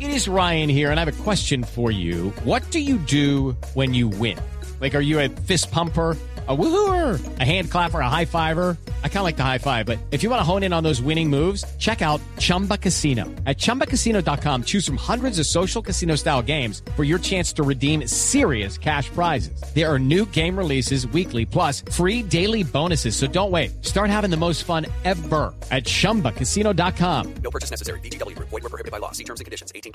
It is Ryan here, and I have a question for you. What do you do when you win? Like, are you a fist pumper, a woohooer, a hand clapper, a high fiver? I kind of like the high five, but if you want to hone in on those winning moves, check out Chumba Casino. At ChumbaCasino.com, choose from hundreds of social casino-style games for your chance to redeem serious cash prizes. There are new game releases weekly, plus free daily bonuses, so don't wait. Start having the most fun ever at ChumbaCasino.com. No purchase necessary. VGW Group. Void where prohibited by law. See terms and conditions. 18+.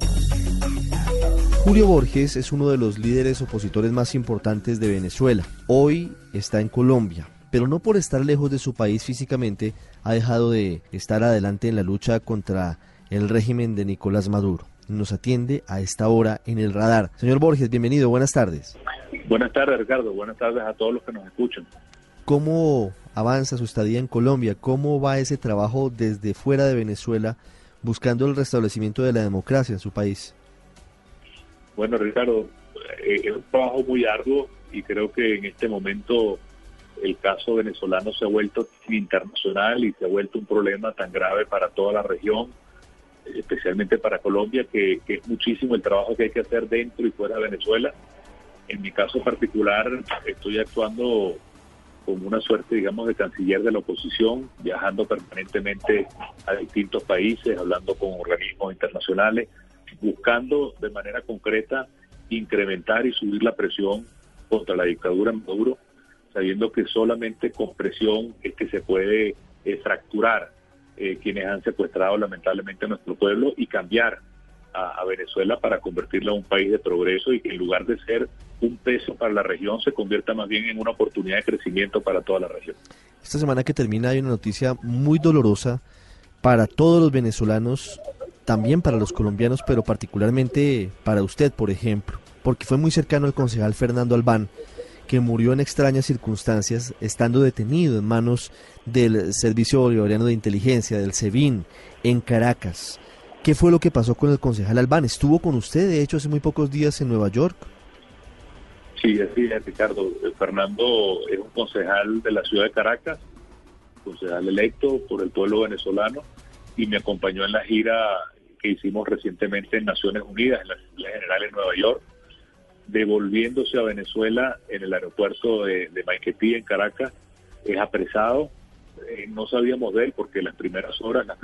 Julio Borges es uno de los líderes opositores más importantes de Venezuela. Hoy está en Colombia, pero no por estar lejos de su país físicamente ha dejado de estar adelante en la lucha contra el régimen de Nicolás Maduro. Nos atiende a esta hora en el radar. Señor Borges, bienvenido, buenas tardes. Buenas tardes, Ricardo. Buenas tardes a todos los que nos escuchan. ¿Cómo avanza su estadía en Colombia? ¿Cómo va ese trabajo desde fuera de Venezuela buscando el restablecimiento de la democracia en su país? Bueno, Ricardo, es un trabajo muy arduo y creo que en este momento el caso venezolano se ha vuelto internacional y se ha vuelto un problema tan grave para toda la región, especialmente para Colombia, que es muchísimo el trabajo que hay que hacer dentro y fuera de Venezuela. En mi caso particular estoy actuando como una suerte, digamos, de canciller de la oposición, viajando permanentemente a distintos países, hablando con organismos internacionales, buscando de manera concreta incrementar y subir la presión contra la dictadura de Maduro, sabiendo que solamente con presión es que se puede fracturar quienes han secuestrado lamentablemente a nuestro pueblo y cambiar a Venezuela para convertirla en un país de progreso y que en lugar de ser un peso para la región se convierta más bien en una oportunidad de crecimiento para toda la región. Esta semana que termina hay una noticia muy dolorosa para todos los venezolanos, también para los colombianos, pero particularmente para usted, por ejemplo, porque fue muy cercano al concejal Fernando Albán, que murió en extrañas circunstancias, estando detenido en manos del Servicio Bolivariano de Inteligencia, del SEBIN, en Caracas. ¿Qué fue lo que pasó con el concejal Albán? Estuvo con usted, de hecho, hace muy pocos días en Nueva York. Sí, así es, Ricardo. Fernando es un concejal de la ciudad de Caracas, concejal electo por el pueblo venezolano, y me acompañó en la gira que hicimos recientemente en Naciones Unidas, en la Asamblea General en Nueva York, devolviéndose a Venezuela en el aeropuerto de Maiquetía, en Caracas. Es apresado. No sabíamos de él porque las primeras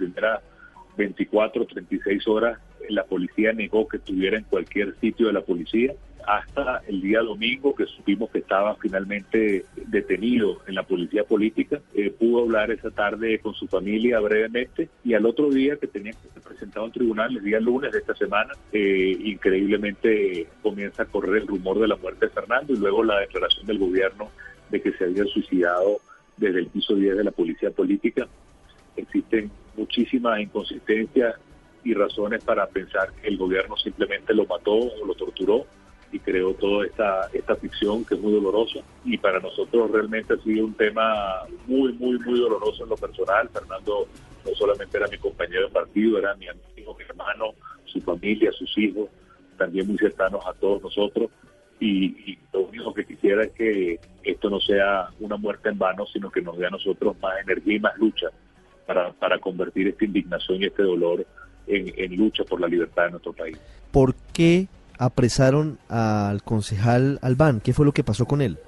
24, 36 horas, la policía negó que estuviera en cualquier sitio de la policía, hasta el día domingo que supimos que estaba finalmente detenido en la policía política. Pudo hablar esa tarde con su familia brevemente y al otro día que tenía que ser presentado en tribunal, el día lunes de esta semana, increíblemente comienza a correr el rumor de la muerte de Fernando y luego la declaración del gobierno de que se había suicidado desde el piso 10 de la policía política. Existen muchísimas inconsistencias y razones para pensar que el gobierno simplemente lo mató o lo torturó y creó toda esta ficción que es muy dolorosa, y para nosotros realmente ha sido un tema muy doloroso en lo personal. Fernando no solamente era mi compañero de partido, era mi amigo, mi hermano, su familia, sus hijos, también muy cercanos a todos nosotros, y lo único que quisiera es que esto no sea una muerte en vano, sino que nos dé a nosotros más energía y más lucha para convertir esta indignación y este dolor en lucha por la libertad de nuestro país. ¿Por qué apresaron al concejal Albán? ¿Qué fue lo que pasó con él?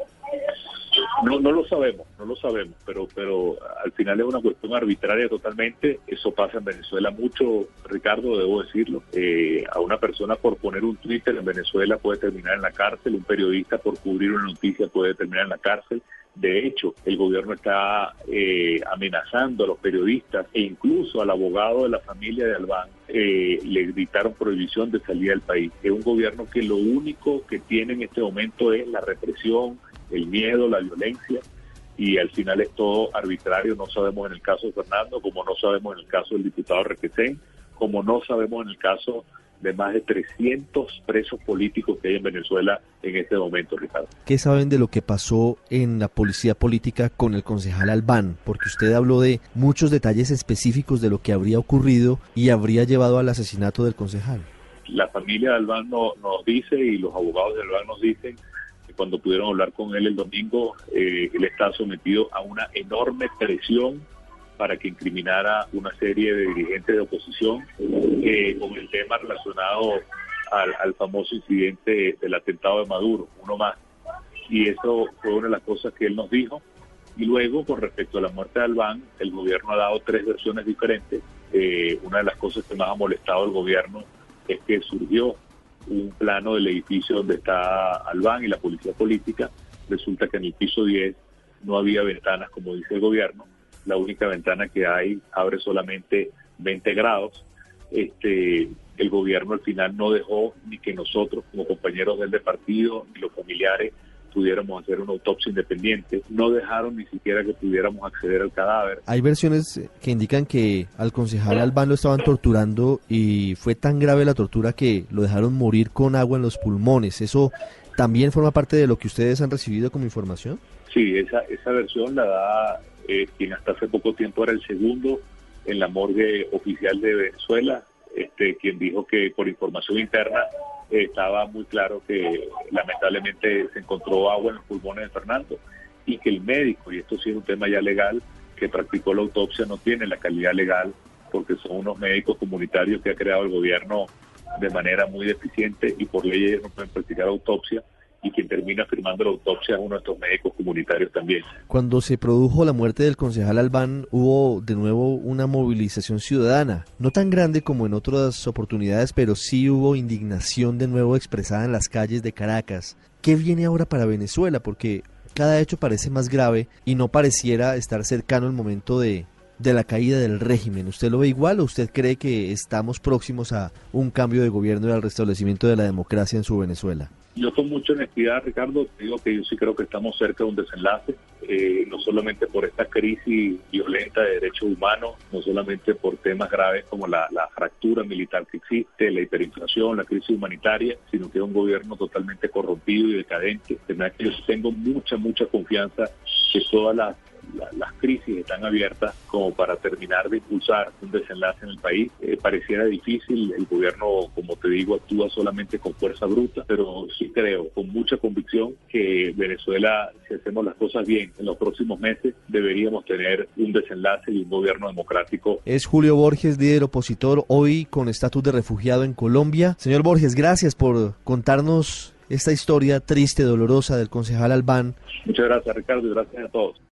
No lo sabemos, pero al final es una cuestión arbitraria totalmente. Eso pasa en Venezuela mucho, Ricardo, debo decirlo. A una persona por poner un Twitter en Venezuela puede terminar en la cárcel, un periodista por cubrir una noticia puede terminar en la cárcel. De hecho, el gobierno está amenazando a los periodistas e incluso al abogado de la familia de Albán le dictaron prohibición de salida del país. Es un gobierno que lo único que tiene en este momento es la represión, el miedo, la violencia, y al final es todo arbitrario. No sabemos en el caso de Fernando, como no sabemos en el caso del diputado Requesén, como no sabemos en el caso de más de 300 presos políticos que hay en Venezuela en este momento, Ricardo. ¿Qué saben de lo que pasó en la policía política con el concejal Albán? Porque usted habló de muchos detalles específicos de lo que habría ocurrido y habría llevado al asesinato del concejal. La familia de Albán nos dice, y los abogados de Albán nos dicen, que cuando pudieron hablar con él el domingo, él está sometido a una enorme presión para que incriminara una serie de dirigentes de oposición con el tema relacionado al famoso incidente del atentado de Maduro, uno más. Y eso fue una de las cosas que él nos dijo. Y luego, con respecto a la muerte de Albán, el gobierno ha dado 3 versiones diferentes. Una de las cosas que más ha molestado al gobierno es que surgió un plano del edificio donde está Albán y la policía política. Resulta que en el piso 10 no había ventanas, como dice el gobierno. La única ventana que hay abre solamente 20 grados. El gobierno al final no dejó ni que nosotros, como compañeros del partido, ni los familiares, pudiéramos hacer una autopsia independiente. No dejaron ni siquiera que pudiéramos acceder al cadáver. Hay versiones que indican que al concejal Albán lo estaban torturando y fue tan grave la tortura que lo dejaron morir con agua en los pulmones. ¿Eso también forma parte de lo que ustedes han recibido como información? Sí, esa versión la da quien hasta hace poco tiempo era el segundo en la morgue oficial de Venezuela, quien dijo que por información interna estaba muy claro que lamentablemente se encontró agua en los pulmones de Fernando y que el médico, y esto sí es un tema ya legal, que practicó la autopsia no tiene la calidad legal porque son unos médicos comunitarios que ha creado el gobierno de manera muy deficiente y por ley ellos no pueden practicar autopsia, y quien termina firmando la autopsia es uno de estos médicos comunitarios también. Cuando se produjo la muerte del concejal Albán, hubo de nuevo una movilización ciudadana, no tan grande como en otras oportunidades, pero sí hubo indignación de nuevo expresada en las calles de Caracas. ¿Qué viene ahora para Venezuela? Porque cada hecho parece más grave y no pareciera estar cercano el momento de la caída del régimen. ¿Usted lo ve igual o usted cree que estamos próximos a un cambio de gobierno y al restablecimiento de la democracia en su Venezuela? Yo con mucha honestidad, Ricardo, te digo que yo sí creo que estamos cerca de un desenlace, no solamente por esta crisis violenta de derechos humanos, no solamente por temas graves como la fractura militar que existe, la hiperinflación, la crisis humanitaria, sino que es un gobierno totalmente corrompido y decadente. De manera que yo tengo mucha confianza que todas las crisis están abiertas como para terminar de impulsar un desenlace en el país. Pareciera difícil, el gobierno, como te digo, actúa solamente con fuerza bruta, pero sí creo, con mucha convicción, que Venezuela, si hacemos las cosas bien en los próximos meses, deberíamos tener un desenlace y un gobierno democrático. Es Julio Borges, líder opositor, hoy con estatus de refugiado en Colombia. Señor Borges, gracias por contarnos esta historia triste, dolorosa del concejal Albán. Muchas gracias, Ricardo, y gracias a todos.